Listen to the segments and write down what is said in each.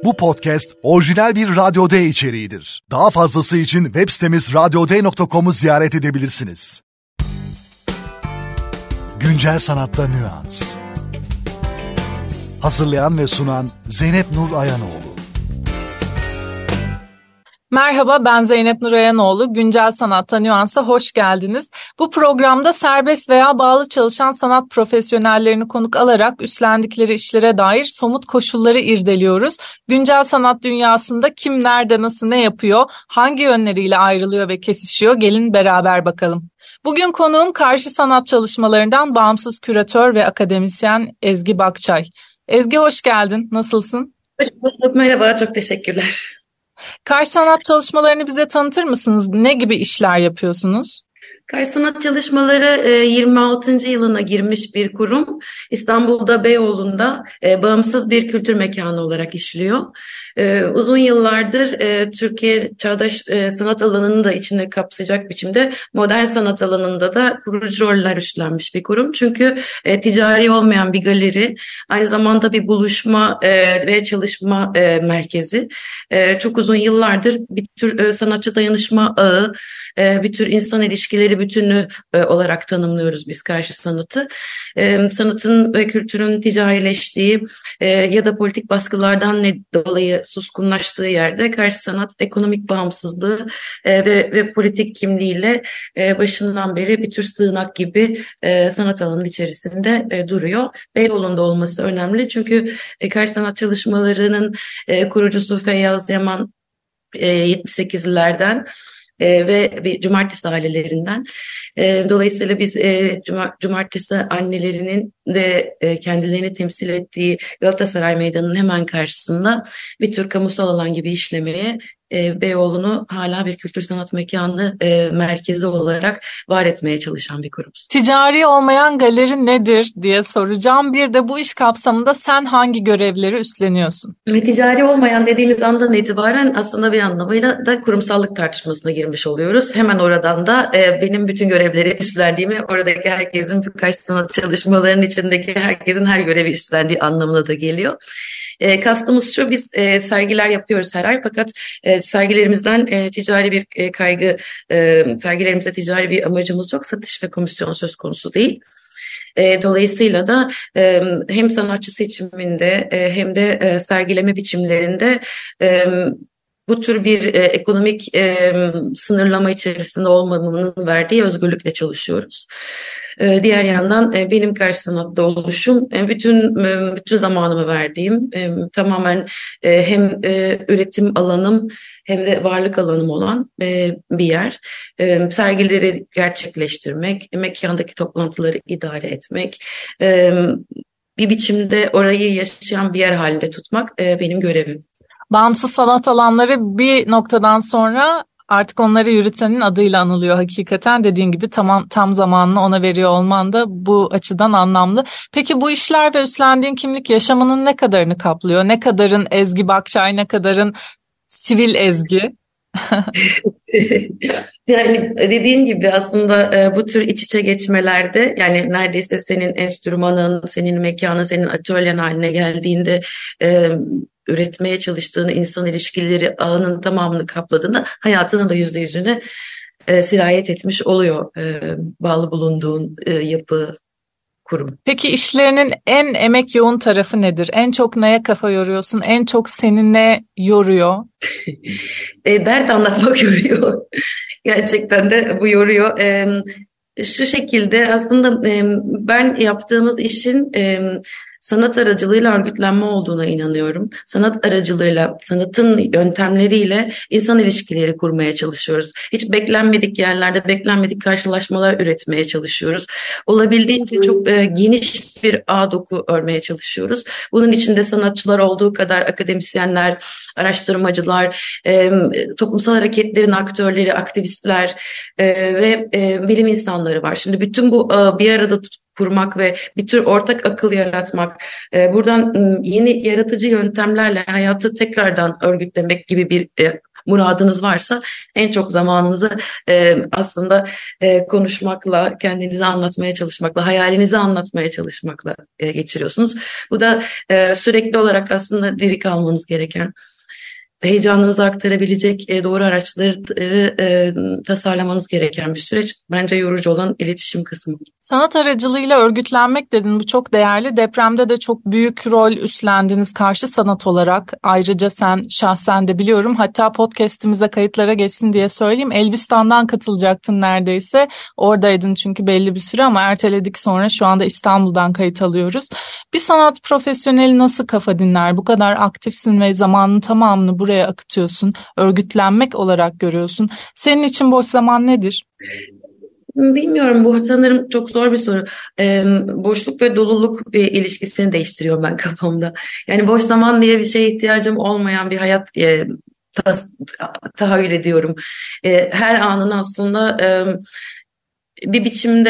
Bu podcast orijinal bir Radyo D içeriğidir. Daha fazlası için web sitemiz radyoday.com'u ziyaret edebilirsiniz. Güncel sanatta nüans. Hazırlayan ve sunan Zeynep Nur Ayanoğlu. Merhaba, ben Zeynep Nur Ayanoğlu. Güncel Sanatta Nüans'a hoş geldiniz. Bu programda serbest veya bağlı çalışan sanat profesyonellerini konuk alarak üstlendikleri işlere dair somut koşulları irdeliyoruz. Güncel sanat dünyasında kim nerede nasıl ne yapıyor, hangi yönleriyle ayrılıyor ve kesişiyor, gelin beraber bakalım. Bugün konuğum karşı sanat çalışmalarından bağımsız küratör ve akademisyen Ezgi Bakçay. Ezgi, hoş geldin, nasılsın? Hoş bulduk, merhaba, çok teşekkürler. Karşı sanat çalışmalarını bize tanıtır mısınız? Ne gibi işler yapıyorsunuz? Karşı sanat çalışmaları 26. yılına girmiş bir kurum. İstanbul'da Beyoğlu'nda bağımsız bir kültür mekanı olarak işliyor. Uzun yıllardır Türkiye çağdaş sanat alanını da içine kapsayacak biçimde modern sanat alanında da kurucu roller üstlenmiş bir kurum. Çünkü ticari olmayan bir galeri, aynı zamanda bir buluşma ve çalışma merkezi. Çok uzun yıllardır bir tür sanatçı dayanışma ağı, bir tür insan ilişkileri bütünü olarak tanımlıyoruz biz karşı sanatı. Sanatın ve kültürün ticarileştiği ya da politik baskılardan dolayı suskunlaştığı yerde karşı sanat ekonomik bağımsızlığı ve politik kimliğiyle başından beri bir tür sığınak gibi sanat alanının içerisinde duruyor. Beyoğlu'nda olması önemli çünkü karşı sanat çalışmalarının kurucusu Feyyaz Yaman 78'lilerden ve bir cumartesi ailelerinden. Dolayısıyla biz cumartesi annelerinin de kendilerini temsil ettiği Galatasaray Meydanı'nın hemen karşısında bir tür kamusal alan gibi işlemeye, Beyoğlu'nu hala bir kültür sanat mekanı merkezi olarak var etmeye çalışan bir kurum. Ticari olmayan galeri nedir diye soracağım. Bir de bu iş kapsamında sen hangi görevleri üstleniyorsun? Ticari olmayan dediğimiz andan itibaren aslında bir anlamıyla da kurumsallık tartışmasına girmiş oluyoruz. Hemen oradan da benim bütün görevleri üstlendiğimi, oradaki herkesin birkaç sanat çalışmalarının içindeki herkesin her görevi üstlendiği anlamına da geliyor. Kastımız şu, biz sergiler yapıyoruz her ay fakat sergilerimizden ticari bir kaygı, sergilerimize ticari bir amacımız yok. Satış ve komisyon söz konusu değil. Dolayısıyla da hem sanatçı seçiminde hem de sergileme biçimlerinde bu tür bir ekonomik sınırlama içerisinde olmamamın verdiği özgürlükle çalışıyoruz. Diğer yandan benim karşı sanatta oluşum bütün zamanımı verdiğim tamamen hem üretim alanım hem de varlık alanım olan bir yer. Sergileri gerçekleştirmek, mekandaki toplantıları idare etmek, bir biçimde orayı yaşayan bir yer halinde tutmak benim görevim. Bağımsız sanat alanları bir noktadan sonra artık onları yürütenin adıyla anılıyor hakikaten. Dediğin gibi tam zamanını ona veriyor olman da bu açıdan anlamlı. Peki bu işler ve üstlendiğin kimlik yaşamının ne kadarını kaplıyor? Ne kadarın Ezgi Bakçay, ne kadarın sivil Ezgi? Yani dediğin gibi aslında bu tür iç içe geçmelerde, yani neredeyse senin enstrümanın, senin mekanın, senin atölyen haline geldiğinde üretmeye çalıştığın insan ilişkileri ağının tamamını kapladığında hayatının da %100'üne sirayet etmiş oluyor bağlı bulunduğun yapı, kurum. Peki işlerinin en emek yoğun tarafı nedir? En çok neye kafa yoruyorsun? En çok seni ne yoruyor? Dert anlatmak yoruyor. Gerçekten de bu yoruyor. Şu şekilde aslında ben yaptığımız işin sanat aracılığıyla örgütlenme olduğuna inanıyorum. Sanat aracılığıyla, sanatın yöntemleriyle insan ilişkileri kurmaya çalışıyoruz. Hiç beklenmedik yerlerde beklenmedik karşılaşmalar üretmeye çalışıyoruz. Olabildiğince çok geniş bir ağ doku örmeye çalışıyoruz. Bunun içinde sanatçılar olduğu kadar akademisyenler, araştırmacılar, toplumsal hareketlerin aktörleri, aktivistler ve bilim insanları var. Şimdi bütün bu bir arada kurmak ve bir tür ortak akıl yaratmak, buradan yeni yaratıcı yöntemlerle hayatı tekrardan örgütlemek gibi bir muradınız varsa en çok zamanınızı aslında konuşmakla, kendinizi anlatmaya çalışmakla, hayalinizi anlatmaya çalışmakla geçiriyorsunuz. Bu da sürekli olarak aslında diri kalmanız gereken, heyecanınızı aktarabilecek doğru araçları tasarlamanız gereken bir süreç. Bence yorucu olan iletişim kısmı. Sanat aracılığıyla örgütlenmek dedin, bu çok değerli. Depremde de çok büyük rol üstlendiniz karşı sanat olarak. Ayrıca sen şahsen de biliyorum, hatta podcast'imize kayıtlara geçsin diye söyleyeyim. Elbistan'dan katılacaktın neredeyse. Oradaydın çünkü belli bir süre ama erteledik, sonra şu anda İstanbul'dan kayıt alıyoruz. Bir sanat profesyoneli nasıl kafa dinler? Bu kadar aktifsin ve zamanın tamamını buraya akıtıyorsun. Örgütlenmek olarak görüyorsun. Senin için boş zaman nedir? Bilmiyorum, bu sanırım çok zor bir soru. Boşluk ve doluluk ilişkisini değiştiriyor ben kafamda. Yani boş zaman diye bir şeye ihtiyacım olmayan bir hayat tahayyül ediyorum. Her anın aslında bir biçimde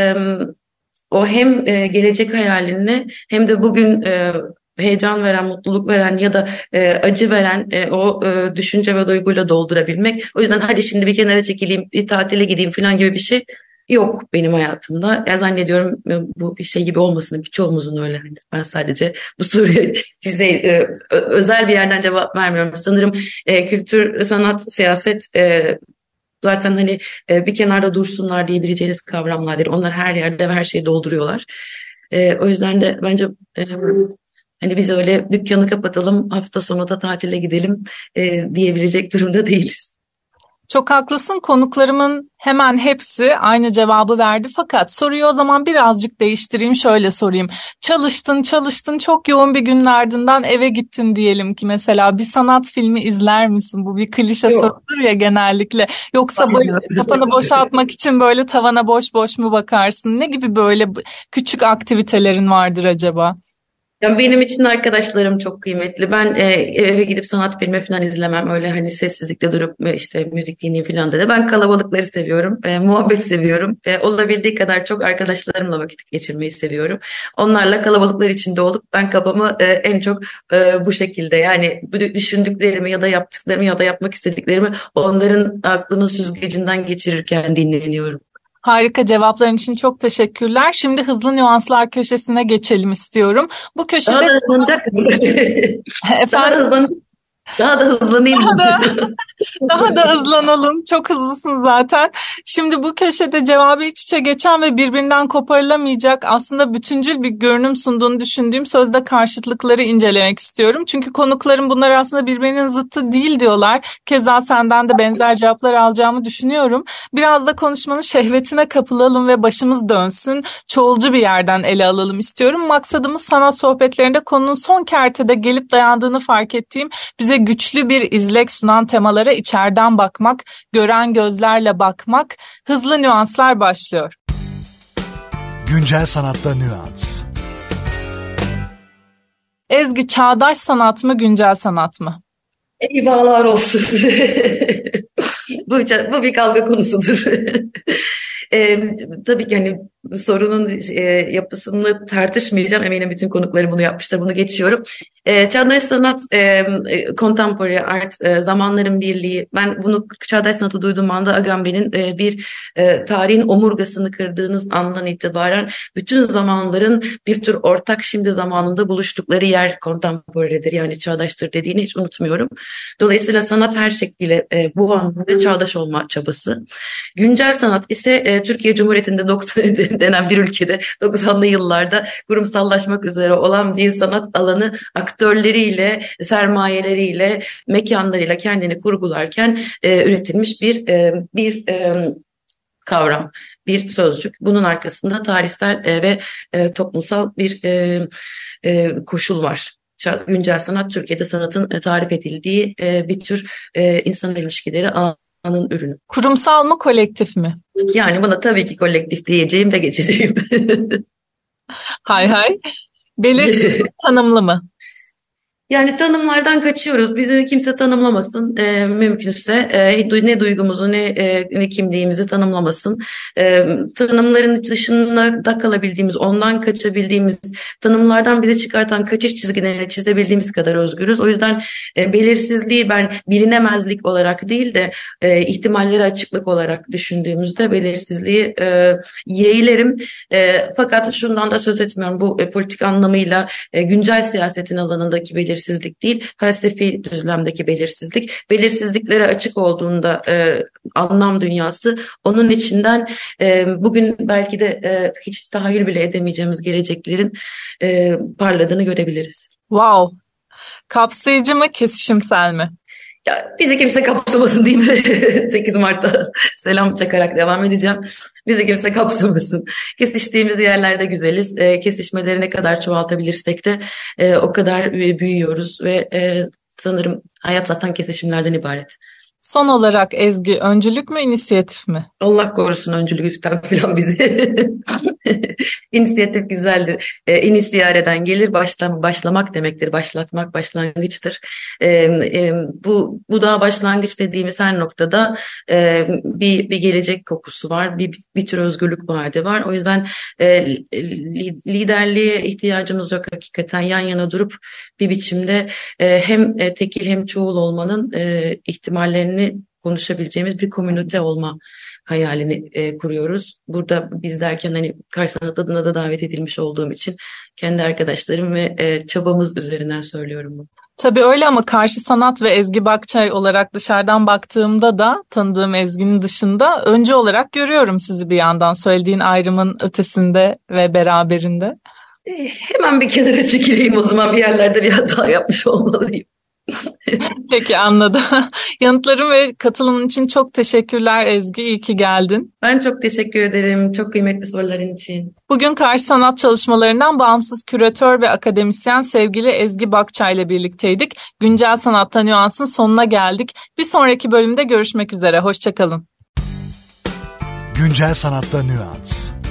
o hem gelecek hayalini hem de bugün heyecan veren, mutluluk veren ya da acı veren o düşünce ve duyguyla doldurabilmek. O yüzden hadi şimdi bir kenara çekileyim, bir tatile gideyim falan gibi bir şey yok benim hayatımda. Ya zannediyorum bu bir şey gibi olmasın. Birçoğumuzun öyle. Ben sadece bu soruya özel bir yerden cevap vermiyorum. Sanırım kültür, sanat, siyaset zaten hani bir kenarda dursunlar diyebileceğiniz kavramlardır. Onlar her yerde ve her şeyi dolduruyorlar. O yüzden de bence hani biz öyle dükkanı kapatalım, hafta sonu da tatile gidelim diyebilecek durumda değiliz. Çok haklısın. Konuklarımın hemen hepsi aynı cevabı verdi. Fakat soruyu o zaman birazcık değiştireyim. Şöyle sorayım. Çalıştın, çok yoğun bir günün ardından eve gittin diyelim ki mesela, bir sanat filmi izler misin? Bu bir klişe sorudur ya genellikle. Yoksa böyle kafanı boşaltmak için böyle tavana boş boş mu bakarsın? Ne gibi böyle küçük aktivitelerin vardır acaba? Yani benim için arkadaşlarım çok kıymetli. Ben eve gidip sanat filmi falan izlemem. Öyle hani sessizlikte durup işte müzik dinleyeyim falan da. Ben kalabalıkları seviyorum. Muhabbet seviyorum. Olabildiği kadar çok arkadaşlarımla vakit geçirmeyi seviyorum. Onlarla kalabalıklar içinde olup ben kafamı en çok bu şekilde, yani düşündüklerimi ya da yaptıklarımı ya da yapmak istediklerimi onların aklının süzgecinden geçirirken dinleniyorum. Harika cevapların için çok teşekkürler. Şimdi hızlı nüanslar köşesine geçelim istiyorum. Bu köşede... Daha da hızlanacak mı? Daha da hızlanayım mı? Daha da hızlanalım. Çok hızlısın zaten. Şimdi bu köşede cevabı iç içe geçen ve birbirinden koparılamayacak, aslında bütüncül bir görünüm sunduğunu düşündüğüm sözde karşıtlıkları incelemek istiyorum. Çünkü konuklarım bunlar aslında birbirinin zıttı değil diyorlar. Keza senden de benzer cevaplar alacağımı düşünüyorum. Biraz da konuşmanın şehvetine kapılalım ve başımız dönsün. Çoğulcu bir yerden ele alalım istiyorum. Maksadımız sanat sohbetlerinde konunun son kertede gelip dayandığını fark ettiğim, bize güçlü bir izlek sunan temalara içeriden bakmak, gören gözlerle bakmak. Hızlı nüanslar başlıyor. Güncel sanatta nüans. Ezgi, çağdaş sanat mı, güncel sanat mı? Eyvallah olsun. Bu bir kavga konusudur. Tabii ki hani sorunun yapısını tartışmayacağım. Eminim bütün konuklarım bunu yapmışlar. Bunu geçiyorum. Çağdaş sanat, contemporary art, zamanların birliği. Ben bunu çağdaş sanatı duyduğum anda Agamben'in bir tarihin omurgasını kırdığınız andan itibaren bütün zamanların bir tür ortak şimdi zamanında buluştukları yer contemporary'dir. Yani çağdaştır dediğini hiç unutmuyorum. Dolayısıyla sanat her şekliyle bu anlamda çağdaş olma çabası. Güncel sanat ise Türkiye Cumhuriyeti'nde 90 denen bir ülkede 90'lı yıllarda kurumsallaşmak üzere olan bir sanat alanı aktörleriyle, sermayeleriyle, mekanlarıyla kendini kurgularken üretilmiş bir kavram, bir sözcük. Bunun arkasında tarihsel ve toplumsal bir koşul var. Güncel sanat, Türkiye'de sanatın tarif edildiği bir tür insan ilişkileri alanın ürünü. Kurumsal mı, kolektif mi? Yani buna tabii ki kolektif diyeceğim ve geçeceğim. Hay. Belirsiz mi, tanımlı mı? Yani tanımlardan kaçıyoruz. Bizi kimse tanımlamasın. Mümkünse ne duygumuzu ne kimliğimizi tanımlamasın. Tanımların dışında kalabildiğimiz, ondan kaçabildiğimiz, tanımlardan bizi çıkartan kaçış çizgilerini çizebildiğimiz kadar özgürüz. O yüzden belirsizliği ben bilinemezlik olarak değil de ihtimallere açıklık olarak düşündüğümüzde belirsizliği yeğlerim. Fakat şundan da söz etmiyorum. Bu politik anlamıyla güncel siyasetin alanındaki belirsizlik değil, felsefi düzlemdeki belirsizlik. Belirsizliklere açık olduğunda anlam dünyası, onun içinden bugün belki de hiç tahayyül bile edemeyeceğimiz geleceklerin parladığını görebiliriz. Wow. Kapsayıcı mı, kesişimsel mi? Ya, bizi kimse kapsamasın değil mi? 8 Mart'ta selam çakarak devam edeceğim. Bizi kimse kapsamasın. Kesiştiğimiz yerlerde güzeliz. Kesişmeleri ne kadar çoğaltabilirsek de o kadar büyüyoruz ve sanırım hayat zaten kesişimlerden ibaret. Son olarak Ezgi, öncülük mü, inisiyatif mi? Allah korusun öncülükten falan bizi. İnisiyatif güzeldir. İnisiyareden gelir, başlamak demektir. Başlatmak başlangıçtır. Bu daha başlangıç dediğimiz her noktada bir gelecek kokusu var. Bir tür özgürlük vaadi var. O yüzden liderliğe ihtiyacımız yok hakikaten. Yan yana durup bir biçimde hem tekil hem çoğul olmanın ihtimallerini konuşabileceğimiz bir komünite olma hayalini kuruyoruz. Burada biz derken hani Kars Sanat adına da davet edilmiş olduğum için kendi arkadaşlarım ve çabamız üzerinden söylüyorum bunu. Tabii öyle ama Karşı Sanat ve Ezgi Bakçay olarak dışarıdan baktığımda da tanıdığım Ezgi'nin dışında öncü olarak görüyorum sizi bir yandan, söylediğin ayrımın ötesinde ve beraberinde. Hemen bir kenara çekileyim o zaman, bir yerlerde bir hata yapmış olmalıyım. Peki, anladım. Yanıtların ve katılımın için çok teşekkürler Ezgi. İyi ki geldin. Ben çok teşekkür ederim. Çok kıymetli soruların için. Bugün Karşı Sanat çalışmalarından bağımsız küratör ve akademisyen sevgili Ezgi Bakçay ile birlikteydik. Güncel Sanatta Nüans'ın sonuna geldik. Bir sonraki bölümde görüşmek üzere. Hoşça kalın. Güncel Sanatta Nüans.